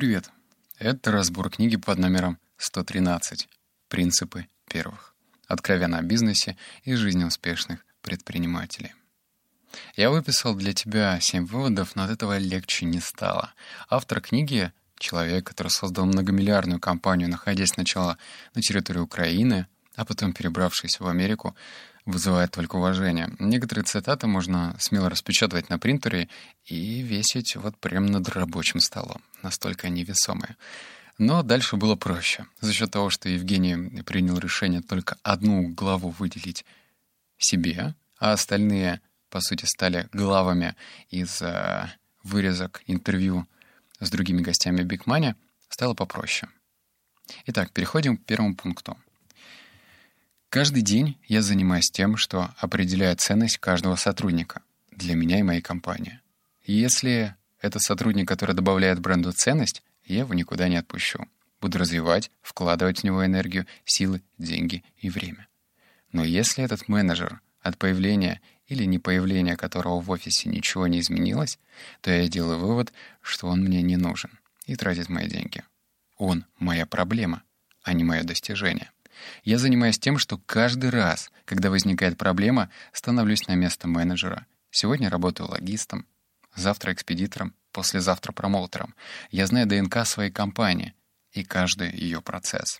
Привет! Это разбор книги под номером 113 «Принципы первых». Откровенно о бизнесе и жизни успешных предпринимателей. Я выписал для тебя 7 выводов, но от этого легче не стало. Автор книги — человек, который создал многомиллиардную компанию, находясь сначала на территории Украины, а потом перебравшись в Америку, вызывает только уважение. Некоторые цитаты можно смело распечатывать на принтере и весить вот прямо над рабочим столом. Настолько они весомые. Но дальше было проще. За счет того, что Евгений принял решение только одну главу выделить себе, а остальные, по сути, стали главами из вырезок интервью с другими гостями Big Money, стало попроще. Итак, переходим к первому пункту. Каждый день я занимаюсь тем, что определяет ценность каждого сотрудника для меня и моей компании. И если это сотрудник, который добавляет бренду ценность, я его никуда не отпущу. Буду развивать, вкладывать в него энергию, силы, деньги и время. Но если этот менеджер, от появления или непоявления которого в офисе ничего не изменилось, то я делаю вывод, что он мне не нужен и тратит мои деньги. Он — моя проблема, а не мое достижение. Я занимаюсь тем, что каждый раз, когда возникает проблема, становлюсь на место менеджера. Сегодня работаю логистом, завтра экспедитором, послезавтра промоутером. Я знаю ДНК своей компании и каждый ее процесс.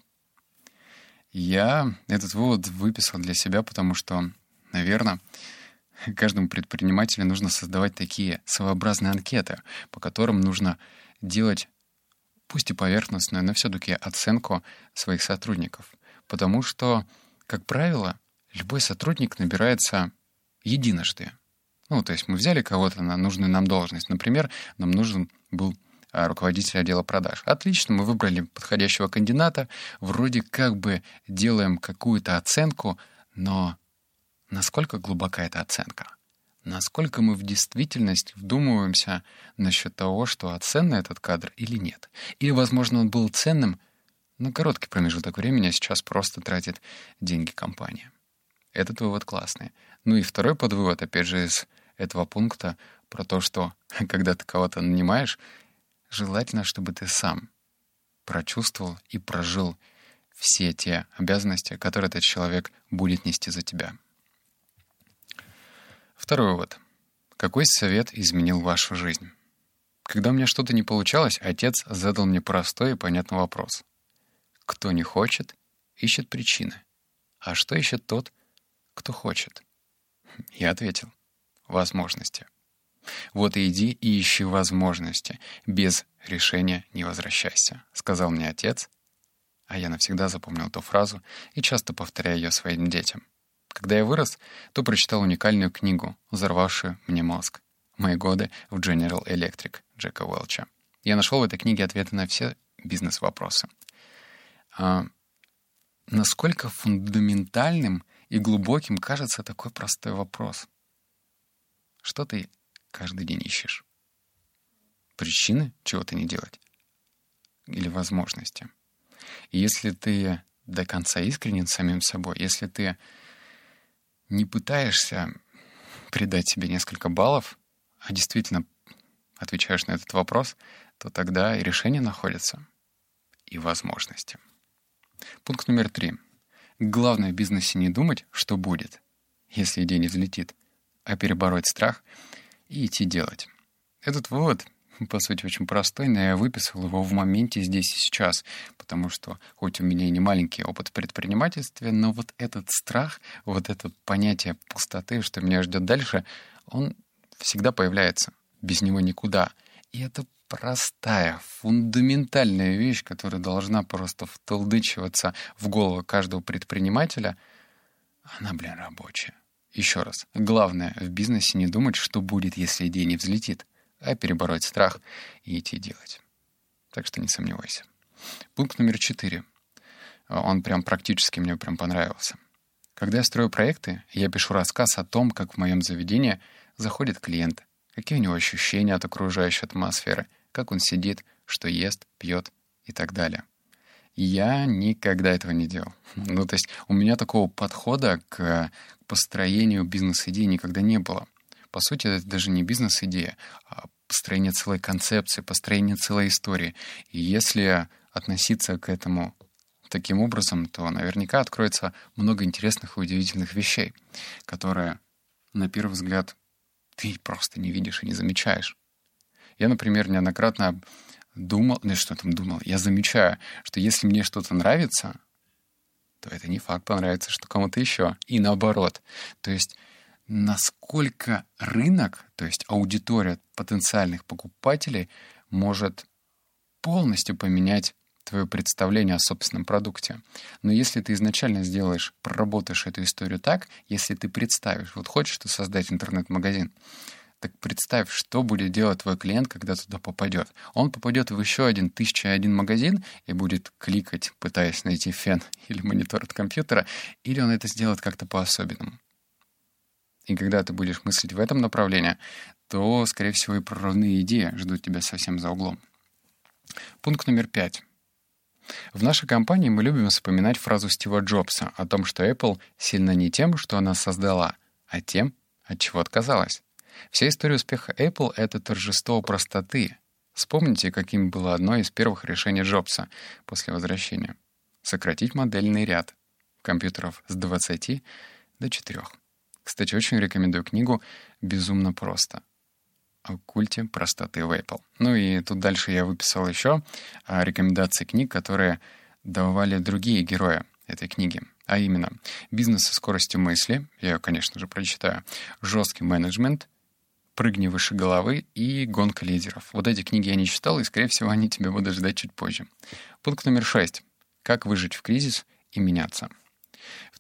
Я этот вывод выписал для себя, потому что, наверное, каждому предпринимателю нужно создавать такие своеобразные анкеты, по которым нужно делать, пусть и поверхностную, но все-таки оценку своих сотрудников. Потому что, как правило, любой сотрудник набирается единожды. То есть мы взяли кого-то на нужную нам должность. Например, нам нужен был руководитель отдела продаж. Отлично, мы выбрали подходящего кандидата, вроде как бы делаем какую-то оценку, но насколько глубока эта оценка? Насколько мы в действительности вдумываемся насчет того, что ценный этот кадр или нет? Или, возможно, он был ценным, на короткий промежуток времени, а сейчас просто тратит деньги компании. Этот вывод классный. И второй подвывод, опять же, из этого пункта про то, что когда ты кого-то нанимаешь, желательно, чтобы ты сам прочувствовал и прожил все те обязанности, которые этот человек будет нести за тебя. Второй вывод. Какой совет изменил вашу жизнь? Когда у меня что-то не получалось, отец задал мне простой и понятный вопрос. Кто не хочет, ищет причины. А что ищет тот, кто хочет? Я ответил. Возможности. Вот и иди и ищи возможности. Без решения не возвращайся, сказал мне отец. А я навсегда запомнил эту фразу и часто повторяю ее своим детям. Когда я вырос, то прочитал уникальную книгу, взорвавшую мне мозг. «Мои годы в General Electric» Джека Уэлча. Я нашел в этой книге ответы на все бизнес-вопросы. Насколько фундаментальным и глубоким кажется такой простой вопрос? Что ты каждый день ищешь? Причины чего-то не делать? Или возможности? И если ты до конца искренен с самим собой, если ты не пытаешься придать себе несколько баллов, а действительно отвечаешь на этот вопрос, то тогда и решение находится, и возможности. Пункт номер 3. Главное в бизнесе не думать, что будет, если идея не взлетит, а перебороть страх и идти делать. Этот вывод, по сути, очень простой, но я выписал его в моменте здесь и сейчас, потому что, хоть у меня и не маленький опыт в предпринимательстве, но вот этот страх, вот это понятие пустоты, что меня ждет дальше, он всегда появляется. Без него никуда. И это простая, фундаментальная вещь, которая должна просто втылдычиваться в голову каждого предпринимателя, она, рабочая. Еще раз. Главное в бизнесе не думать, что будет, если идея не взлетит, а перебороть страх и идти делать. Так что не сомневайся. Пункт номер 4. Он прям практически мне прям понравился. Когда я строю проекты, я пишу рассказ о том, как в моем заведении заходит клиент, какие у него ощущения от окружающей атмосферы, как он сидит, что ест, пьет и так далее. Я никогда этого не делал. То есть у меня такого подхода к построению бизнес-идеи никогда не было. По сути, это даже не бизнес-идея, а построение целой концепции, построение целой истории. И если относиться к этому таким образом, то наверняка откроется много интересных и удивительных вещей, которые, на первый взгляд, ты просто не видишь и не замечаешь. Я, например, неоднократно думал, я замечаю, что если мне что-то нравится, то это не факт понравится, что кому-то еще. И наоборот. То есть насколько рынок, то есть аудитория потенциальных покупателей может полностью поменять твое представление о собственном продукте. Но если ты изначально проработаешь эту историю так, если ты представишь, вот хочешь ты создать интернет-магазин, так представь, что будет делать твой клиент, когда туда попадет. Он попадет в еще один 1001 магазин и будет кликать, пытаясь найти фен или монитор от компьютера, или он это сделает как-то по-особенному. И когда ты будешь мыслить в этом направлении, то, скорее всего, и прорывные идеи ждут тебя совсем за углом. Пункт номер 5. В нашей компании мы любим вспоминать фразу Стива Джобса о том, что Apple сильна не тем, что она создала, а тем, от чего отказалась. Вся история успеха Apple — это торжество простоты. Вспомните, каким было одно из первых решений Джобса после возвращения. Сократить модельный ряд компьютеров с 20 до 4. Кстати, очень рекомендую книгу «Безумно просто» о культе простоты в Apple. Ну и тут дальше я выписал еще рекомендации книг, которые давали другие герои этой книги. А именно «Бизнес со скоростью мысли», я ее, конечно же, прочитаю, «Жесткий менеджмент», «Прыгни выше головы» и «Гонка лидеров». Вот эти книги я не читал, и, скорее всего, они тебя будут ждать чуть позже. Пункт номер 6. Как выжить в кризис и меняться. В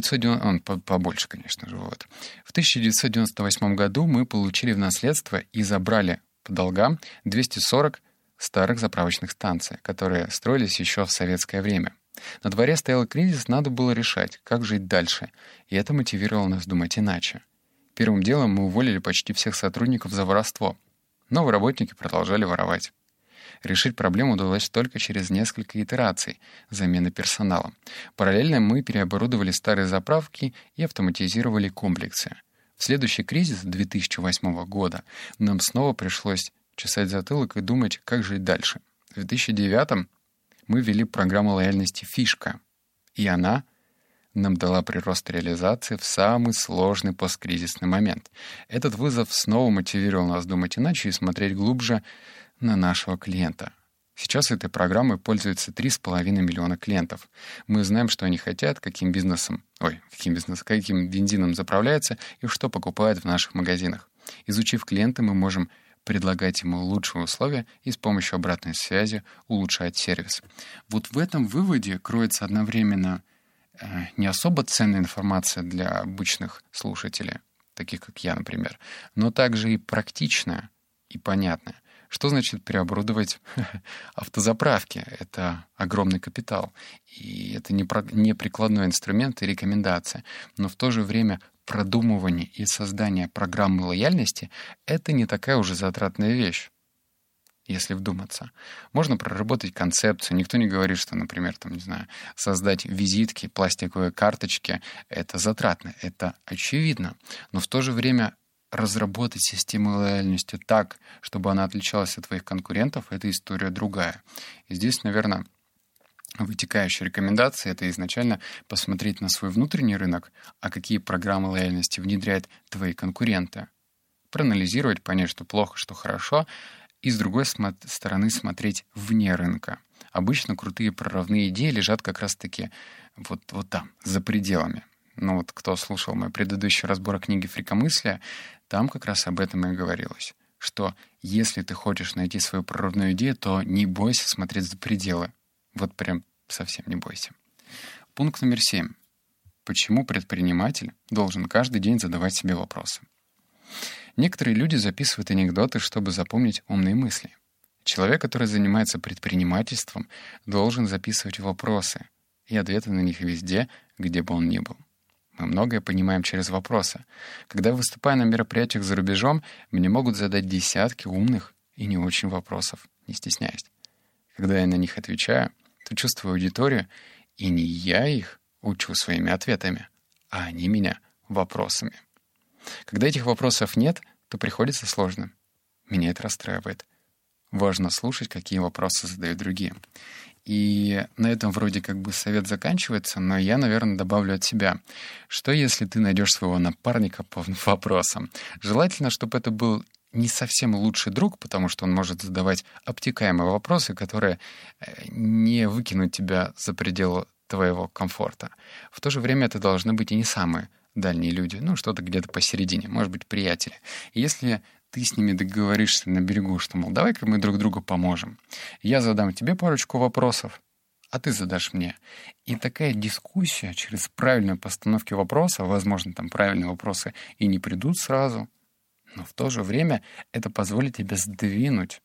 1998 году мы получили в наследство и забрали по долгам 240 старых заправочных станций, которые строились еще в советское время. На дворе стоял кризис, надо было решать, как жить дальше, и это мотивировало нас думать иначе. Первым делом мы уволили почти всех сотрудников за воровство. Новые работники продолжали воровать. Решить проблему удалось только через несколько итераций замены персонала. Параллельно мы переоборудовали старые заправки и автоматизировали комплексы. В следующий кризис 2008 года нам снова пришлось чесать затылок и думать, как жить дальше. В 2009 мы ввели программу лояльности «Фишка», и она нам дала прирост реализации в самый сложный посткризисный момент. Этот вызов снова мотивировал нас думать иначе и смотреть глубже на нашего клиента. Сейчас этой программой пользуются 3,5 миллиона клиентов. Мы знаем, что они хотят, каким бензином заправляются и что покупают в наших магазинах. Изучив клиента, мы можем предлагать ему лучшие условия и с помощью обратной связи улучшать сервис. Вот в этом выводе кроется одновременно не особо ценная информация для обычных слушателей, таких как я, например, но также и практичная и понятная. Что значит переоборудовать автозаправки? Это огромный капитал. И это не прикладной инструмент и рекомендация. Но в то же время продумывание и создание программы лояльности — это не такая уже затратная вещь, если вдуматься. Можно проработать концепцию. Никто не говорит, что, например, создать визитки, пластиковые карточки — это затратно. Это очевидно. Но в то же время разработать систему лояльности так, чтобы она отличалась от твоих конкурентов, это история другая. И здесь, наверное, вытекающая рекомендация — это изначально посмотреть на свой внутренний рынок, а какие программы лояльности внедряют твои конкуренты. Проанализировать, понять, что плохо, что хорошо, и с другой стороны смотреть вне рынка. Обычно крутые прорывные идеи лежат как раз-таки вот там, за пределами. Кто слушал мой предыдущий разбор книги «Фрикомыслие», там как раз об этом и говорилось, что если ты хочешь найти свою прорывную идею, то не бойся смотреть за пределы. Вот прям совсем не бойся. Пункт номер 7. Почему предприниматель должен каждый день задавать себе вопросы? Некоторые люди записывают анекдоты, чтобы запомнить умные мысли. Человек, который занимается предпринимательством, должен записывать вопросы и ответы на них везде, где бы он ни был. Мы многое понимаем через вопросы. Когда я выступаю на мероприятиях за рубежом, мне могут задать десятки умных и не очень вопросов, не стесняясь. Когда я на них отвечаю, то чувствую аудиторию, и не я их учу своими ответами, а они меня вопросами. Когда этих вопросов нет, то приходится сложно. Меня это расстраивает. Важно слушать, какие вопросы задают другие. И на этом вроде как бы совет заканчивается, но я, наверное, добавлю от себя. Что если ты найдешь своего напарника по вопросам? Желательно, чтобы это был не совсем лучший друг, потому что он может задавать обтекаемые вопросы, которые не выкинут тебя за пределы твоего комфорта. В то же время это должны быть и не самые дальние люди, что-то где-то посередине, может быть, приятели. И если ты с ними договоришься на берегу, что, мол, давай-ка мы друг другу поможем. Я задам тебе парочку вопросов, а ты задашь мне. И такая дискуссия через правильную постановку вопроса, возможно, там правильные вопросы и не придут сразу, но в то же время это позволит тебе сдвинуть,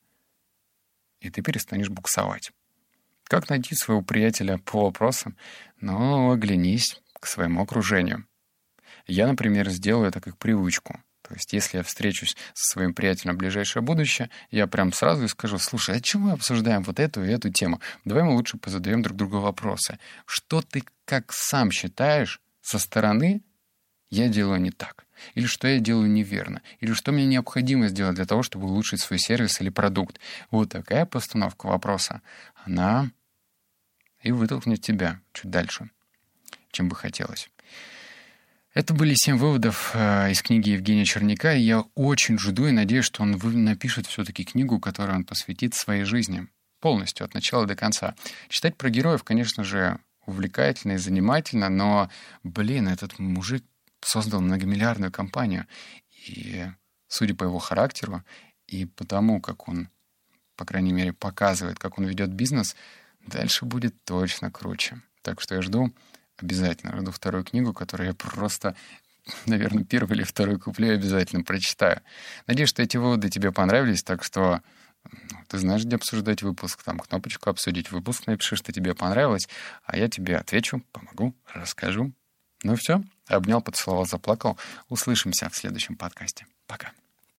и ты перестанешь буксовать. Как найти своего приятеля по вопросам? Оглянись к своему окружению. Я, например, сделаю это как привычку. То есть, если я встречусь со своим приятелем в ближайшее будущее, я прям сразу и скажу: слушай, а чем мы обсуждаем вот эту и эту тему? Давай мы лучше позадаем друг другу вопросы. Что ты как сам считаешь со стороны я делаю не так? Или что я делаю неверно? Или что мне необходимо сделать для того, чтобы улучшить свой сервис или продукт? Вот такая постановка вопроса, она и вытолкнет тебя чуть дальше, чем бы хотелось. Это были 7 выводов из книги Евгения Черняка, и я очень жду и надеюсь, что он напишет все-таки книгу, которую он посвятит своей жизни полностью, от начала до конца. Читать про героев, конечно же, увлекательно и занимательно, но, этот мужик создал многомиллиардную компанию, и, судя по его характеру и по тому, как он, по крайней мере, показывает, как он ведет бизнес, дальше будет точно круче. Так что я обязательно жду вторую книгу, которую я просто, наверное, первую или вторую куплю и обязательно прочитаю. Надеюсь, что эти выводы тебе понравились, так что ты знаешь, где обсуждать выпуск. Там кнопочку «Обсудить выпуск» напиши, что тебе понравилось, а я тебе отвечу, помогу, расскажу. Все, обнял, поцеловал, заплакал. Услышимся в следующем подкасте. Пока.